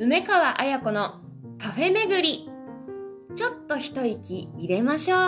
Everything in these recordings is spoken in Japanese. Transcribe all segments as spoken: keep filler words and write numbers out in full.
梅川彩子のカフェ巡り。ちょっと一息入れましょう。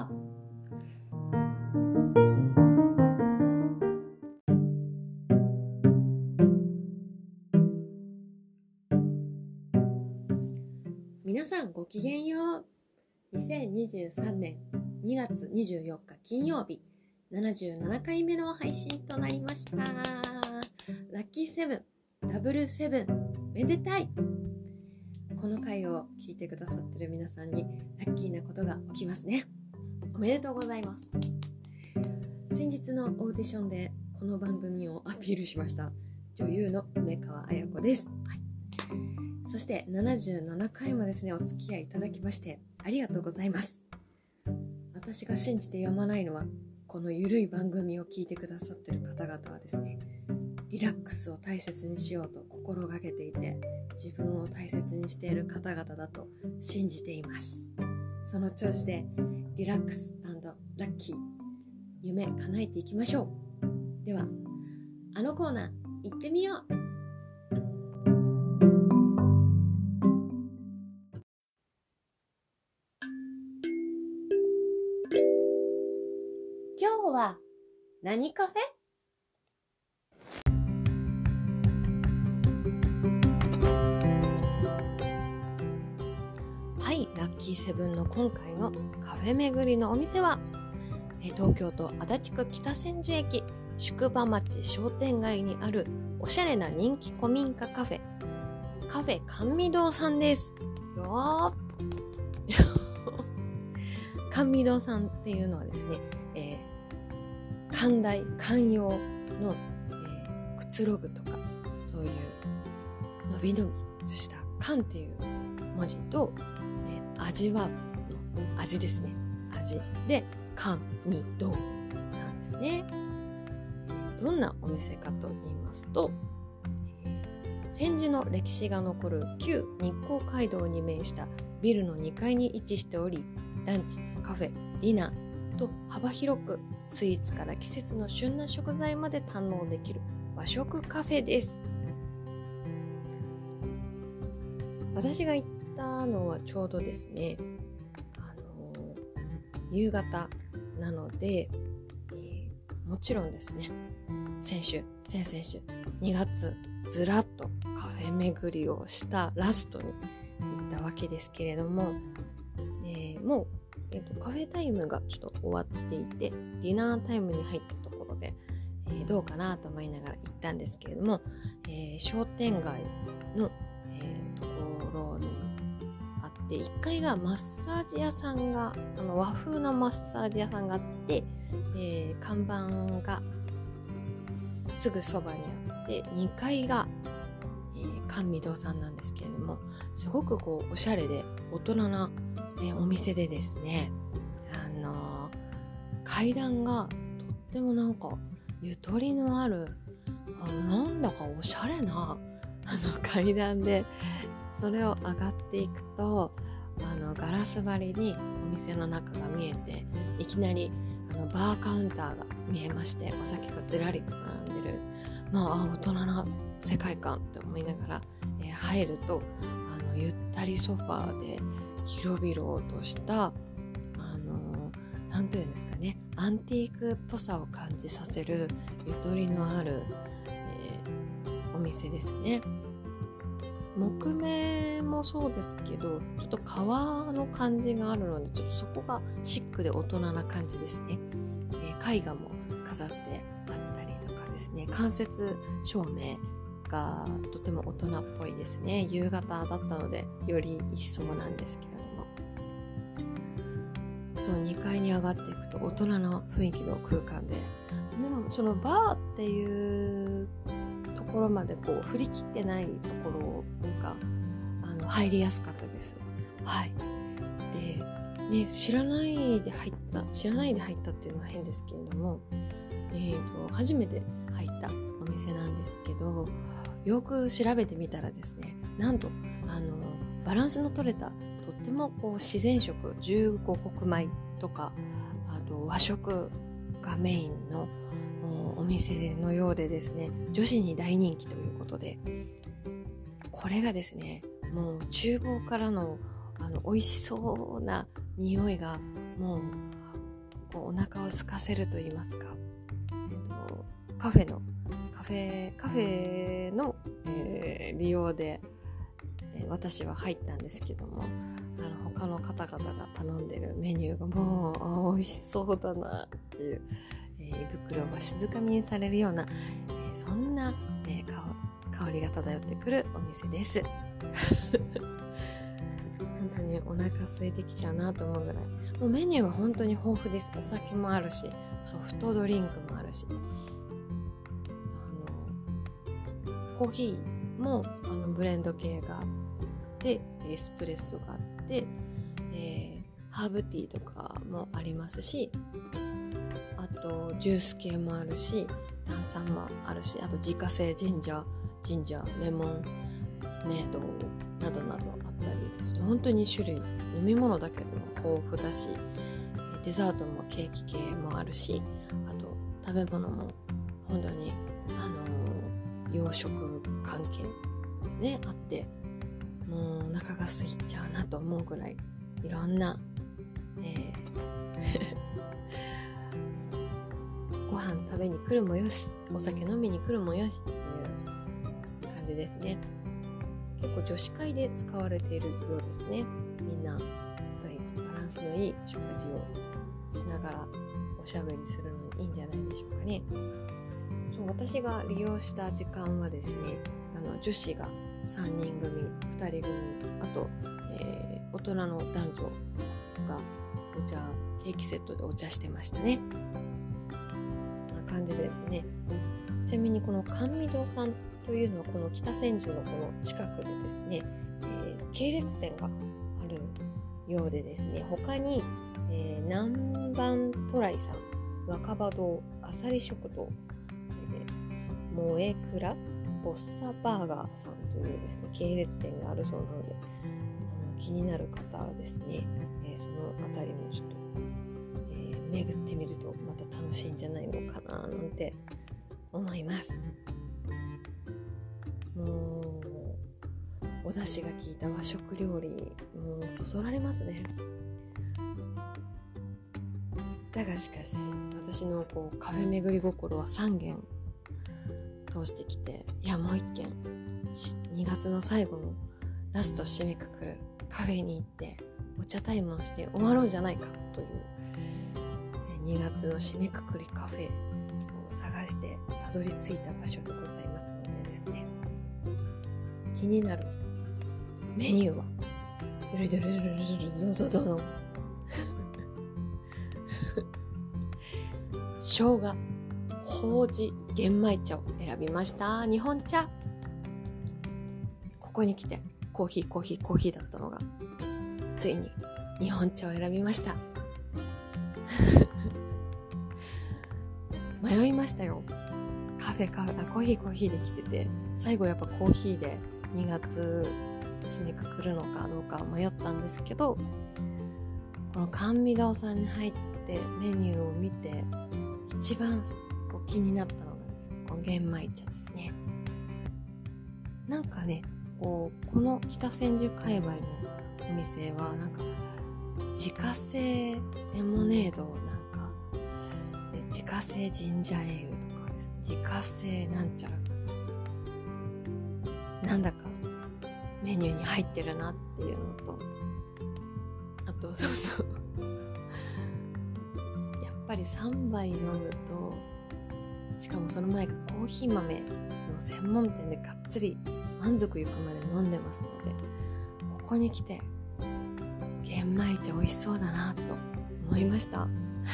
皆さんごきげんよう。にせんにじゅうさんねんにがつにじゅうよっか金曜日、ななじゅうななかいめの配信となりました。ラッキーセブン、ダブルセブン、めでたい。この回を聞いてくださってる皆さんにラッキーなことが起きますね。おめでとうございます。先日のオーディションでこの番組をアピールしました女優の梅川彩子です。はい、そしてななじゅうななかいもですね、お付き合いいただきましてありがとうございます。私が信じてやまないのは、このゆるい番組を聞いてくださってる方々はですね、リラックスを大切にしようと心がけていて、自分を大切にしている方々だと信じています。その調子でリラックス&ラッキー、夢叶えていきましょう。では、あのコーナー行ってみよう。今日は何カフェ？はい、ラッキーセブンの今回のカフェ巡りのお店は、東京都足立区北千住駅宿場町商店街にあるおしゃれな人気古民家カフェ、カフェ甘味堂さんですよ。甘味堂さんっていうのはですね、えー、寛大寛容の、えー、くつろぐとか、そういうのびのびとした甘っていう文字と、えー、味わうの味ですね。味で甘味堂さんですね。どんなお店かと言いますと、千住の歴史が残る旧日光街道に面したビルのにかいに位置しており、ランチ、カフェ、ディナーと幅広くスイーツから季節の旬な食材まで堪能できる和食カフェです。私が行ったのはちょうどですね、あのー、夕方なので、えー、もちろんですね、先週、先々週、にがつずらっとカフェ巡りをしたラストに行ったわけですけれども、えー、もう、えーと、カフェタイムがちょっと終わっていて、ディナータイムに入ったところで、えー、どうかなと思いながら行ったんですけれども、えー、商店街の、えー、ところにあって、いっかいがマッサージ屋さんが、あの和風のマッサージ屋さんがあって、えー、看板がすぐそばにあって、にかいが、えー、甘味堂さんなんですけれども、すごくこうおしゃれで大人な、えー、お店でですね、あのー、階段がとってもなんかゆとりのある、あのなんだかおしゃれなあの階段で、それを上がっていくと、あのガラス張りにお店の中が見えて、いきなりあのバーカウンターが見えまして、お酒がずらりと並んでる、まあ大人な世界観って思いながら、えー、入ると、あのゆったりソファーで広々とした、あのー、なんていうんですかね、アンティークっぽさを感じさせるゆとりのある、えー、お店ですね。木目もそうですけど、ちょっと革の感じがあるので、ちょっとそこがシックで大人な感じですね。えー、絵画も飾ってあったりとかですね、間接照明がとても大人っぽいですね。夕方だったのでより一層なんですけれども、そうにかいに上がっていくと大人の雰囲気の空間で、でもそのバーっていうところまでこう振り切ってないところがあの入りやすかったです。はい。で、ね、知らないで入った知らないで入ったっていうのは変ですけれども、えーと、初めて入ったお店なんですけど、よく調べてみたらですね、なんとあのバランスの取れたとってもこう自然食じゅうごこく米とか、あと和食がメインのお店のようでですね、女子に大人気ということで、 これがですね、もう厨房からのあの美味しそうな匂いがもうこうお腹を空かせると言いますか、えっと、カフェのカフェカフェの、えー、利用で、えー、私は入ったんですけども、あの他の方々が頼んでるメニューがもうあ美味しそうだなっていう、えー、胃袋が静かみにされるような、えー、そんな、えー、香, 香りが漂ってくるお店です本当にお腹空いてきちゃうなと思うぐらい、もうメニューは本当に豊富です。お酒もあるし、ソフトドリンクもあるし、あのコーヒーもあのブレンド系があって、エスプレッソがあって、えー、ハーブティーとかもありますし、あとジュース系もあるし、炭酸もあるし、あと自家製ジンジャー、ジンジャー、レモン、ネードなどなどあったりですね、本当に種類、飲み物だけでも豊富だし、デザートもケーキ系もあるし、あと食べ物も本当にあのー、洋食関係ですねあって、もうお腹が空いちゃうなと思うぐらいいろんな、えー、ご飯食べに来るもよし、お酒飲みに来るもよしっていう感じですね。結構女子会で使われているようですね。みんなやっぱりバランスのいい食事をしながらおしゃべりするのにいいんじゃないでしょうかね。そう、私が利用した時間はですね、あの女子がさんにん組、ふたり組、あと、えー、大人の男女がお茶、ケーキセットでお茶してましたね。そんな感じですね。ちなみにこの甘味堂さんというのはこの北千住のこの近くでですね、えー、系列店があるようでですね、他に、えー、南蛮トライさん、若葉堂、あさり食堂、えー、萌え蔵、ボッサバーガーさんというですね系列店があるそうなので、あの気になる方はですね、えー、そのあたりもちょっと、えー、巡ってみるとまた楽しいんじゃないのかななんて思います。もうお出汁が効いた和食料理、もうそそられますね。だがしかし私のこうカフェ巡り心はさん軒通してきて、いやもういっ軒にがつの最後のラスト締めくくるカフェに行ってお茶タイムをして終わろうじゃないかというにがつの締めくくりカフェを探してたどり着いた場所でございますのでですね、気になるメニューはドゥルドゥルドゥルドゥルドドドの生姜、ほうじ、玄米茶を選びました。日本茶。ここに来てコーヒーコーヒーコーヒーだったのがついに日本茶を選びました迷いましたよ。カフェカフェあコーヒーコーヒーで来てて、最後やっぱコーヒーでにがつ締めくくるのかどうか迷ったんですけど、この甘味堂さんに入ってメニューを見て一番こう気になったのがですね、この玄米茶ですね。なんかね、こうこの北千住界隈のお店はなんか自家製レモネードなんかで、自家製ジンジャーエールとかですね、自家製なんちゃらがですね、なんだかメニューに入ってるなっていうのと、あとそのやっぱりさんばい飲むと、しかもその前がコーヒー豆の専門店でがっつり満足ゆくまで飲んでますので、ここに来て玄米茶美味しそうだなと思いました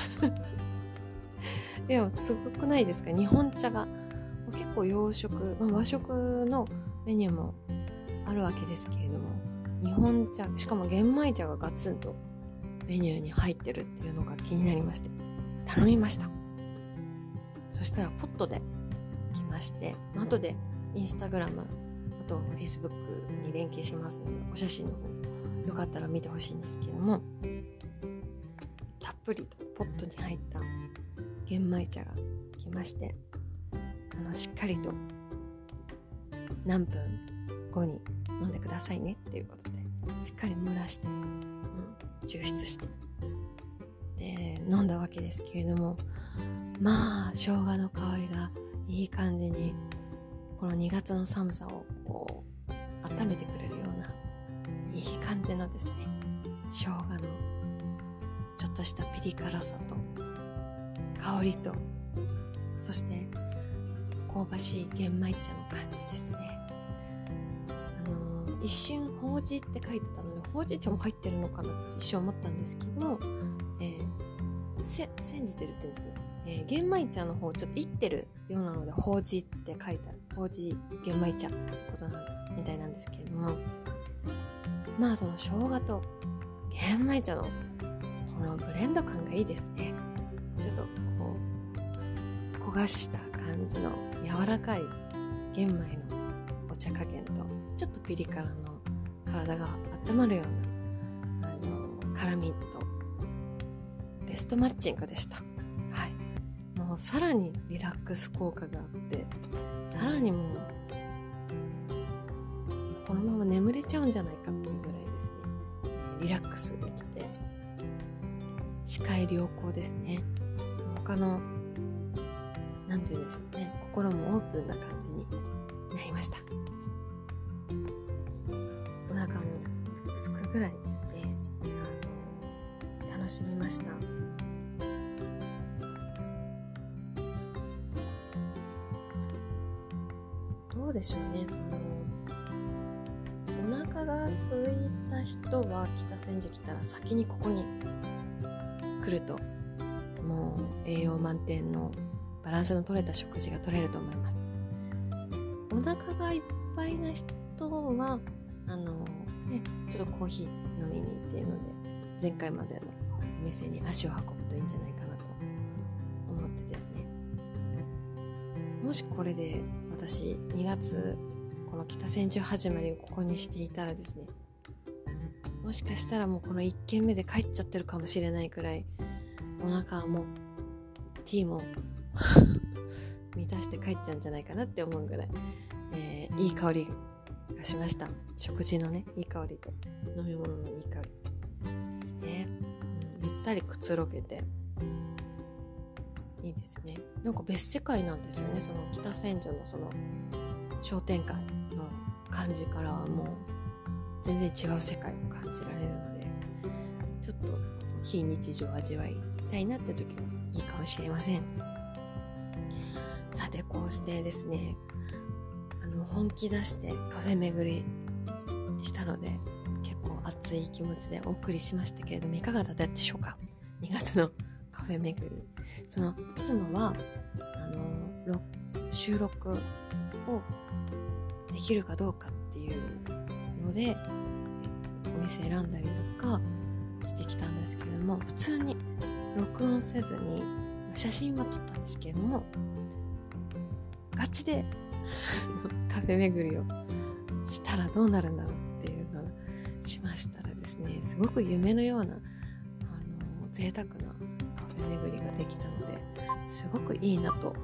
でもすごくないですか、日本茶が結構洋食、まあ、和食のメニューもあるわけですけれども、日本茶、しかも玄米茶がガツンとメニューに入ってるっていうのが気になりまして頼みました。そしたらポットで来まして、後でインスタグラム、あとフェイスブックに連携しますので、お写真の方よかったら見てほしいんですけども、たっぷりとポットに入った玄米茶が来まして、あのしっかりと何分後に飲んでくださいねっていうことでしっかり蒸らして、うん、抽出してで飲んだわけですけれども、まあ生姜の香りがいい感じにこのにがつの寒さをこう温めてくれるようないい感じのですね、生姜のちょっとしたピリ辛さと香りと、そして香ばしい玄米茶の感じですね。あのー、一瞬ほうじって書いてたのでほうじ茶も入ってるのかなって一瞬思ったんですけども、えー、せ煎じてるって言うんですね。えー、玄米茶の方ちょっといってるようなのでほうじって書いてある、ほうじ玄米茶ってことなみたいなんですけれども、まあその生姜と玄米茶のこのブレンド感がいいですね。ちょっとこう焦がした感じの柔らかい玄米のお茶加減とちょっとピリ辛の体が温まるようなあの辛みとベストマッチングでした。はい、もうさらにリラックス効果があって、さらにもうこのまま眠れちゃうんじゃないかっていうぐらいですね、リラックスできて視界良好ですね。他のなんて言うんでしょうね、心もオープンな感じになりました。お腹もすくぐらいですね、あの楽しみました。どうでしょうね、そのお腹が空いた人は北千住来たら先にここに来るともう栄養満点のバランスの取れた食事が取れると思います。お腹がいっぱいな人はあの、ね、ちょっとコーヒー飲みに行っているので前回までのお店に足を運ぶといいんじゃないかなと思ってですね、もしこれで私にがつこの北千住始まりをここにしていたらですね、もしかしたらもうこのいっけんめで帰っちゃってるかもしれないくらいお腹もティーも満たして帰っちゃうんじゃないかなって思うぐらい、えー、いい香りがしました。食事のねいい香りと飲み物のいい香りですね、うん、ゆったりくつろげていいですね。なんか別世界なんですよね、その北千住のその商店街の感じからもう全然違う世界を感じられるので、ちょっと非日常を味わいたいなって時はいいかもしれません。さてこうしてですね、あの本気出してカフェ巡りしたので結構熱い気持ちでお送りしましたけれども、いかがだったでしょうか。にがつのカフェ巡り、そのいつもはあの収録をできるかどうかっていうのでお店選んだりとかしてきたんですけれども、普通に録音せずに写真は撮ったんですけれども、ガチでカフェ巡りをしたらどうなるんだろうっていうのをしましたらですね、すごく夢のようなあの贅沢なカフェ巡りができたのですごくいいなと、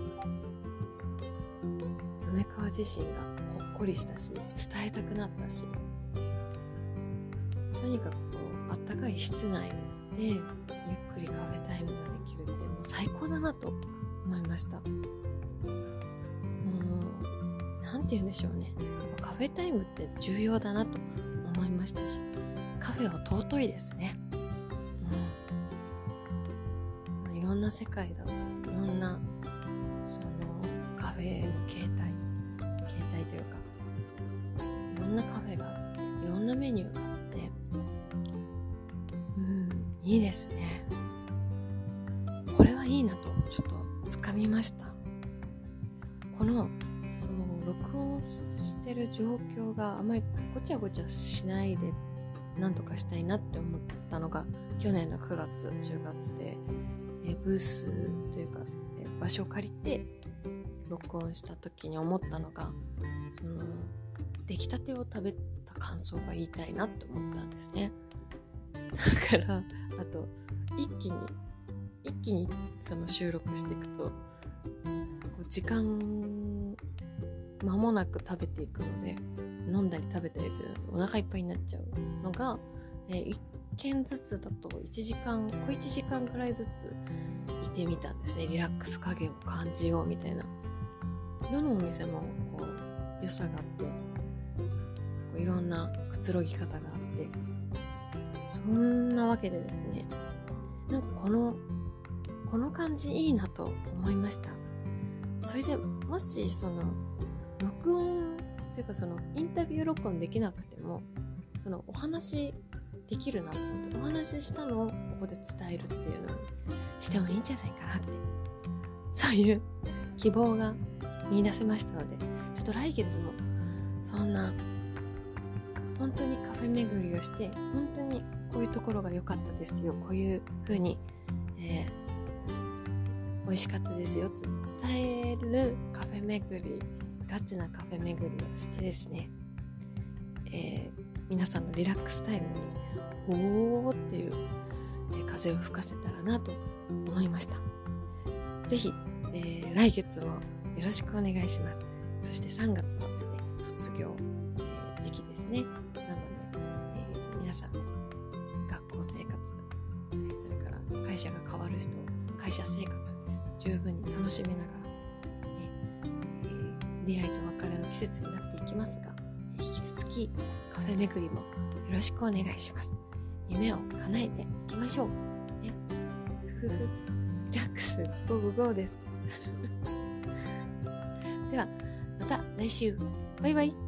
梅川自身がほっこりしたし伝えたくなったし、とにかくこうあったかい室内でゆっくりカフェタイムができるってもう最高だなと思いました。もうなんて言うんでしょうね、やっぱカフェタイムって重要だなと思いましたし、カフェは尊いですね。うん、いろんな世界だったりいろんなそのカフェの形態形態というかいろんなカフェがあっていろんなメニューがあって、うんいいですね。これはいいなとちょっとつかみました。このその録音してる状況があまりごちゃごちゃしないでなんとかしたいなって思ったのが去年のくがつじゅうがつでえブースというかえ場所を借りて録音した時に思ったのが、その出来たてを食べた感想が言いたいなって思ったんですね。だからあと一気に一気にその収録していくとこう時間間もなく食べていくので、飲んだり食べたりするのでお腹いっぱいになっちゃうのが、えー、いっけんずつだといちじかん、小いちじかんくらいずついてみたんですね。リラックス加減を感じようみたいな。どのお店もこう良さがあって、こういろんなくつろぎ方があって、そんなわけでですね、なんかこのこの感じいいなと思いました。それでもしその録音というか、そのインタビュー録音できなくても、そのお話できるなと思って、お話ししたのをここで伝えるっていうのにしてもいいんじゃないかなって、そういう希望が見出せましたので、ちょっと来月もそんな本当にカフェ巡りをして、本当にこういうところが良かったですよ、こういう風に、えー、美味しかったですよって伝えるカフェ巡り、ガチなカフェ巡りをしてですね、えー、皆さんのリラックスタイムにおーっていう、えー、風を吹かせたらなと思いました。ぜひ、えー、来月もよろしくお願いします。そしてさんがつはですね、卒業、えー、時期ですね。なので、えー、皆さん学校生活、えー、それから会社が変わる人、会社生活をですね、十分に楽しめながら、えー、出会いと別れの季節になっていきますが、引き続きカフェ巡りもよろしくお願いします。夢を叶えていきましょう。ね、ふふふ、リラックス、ゴーゴーゴーです。では、また来週。バイバイ。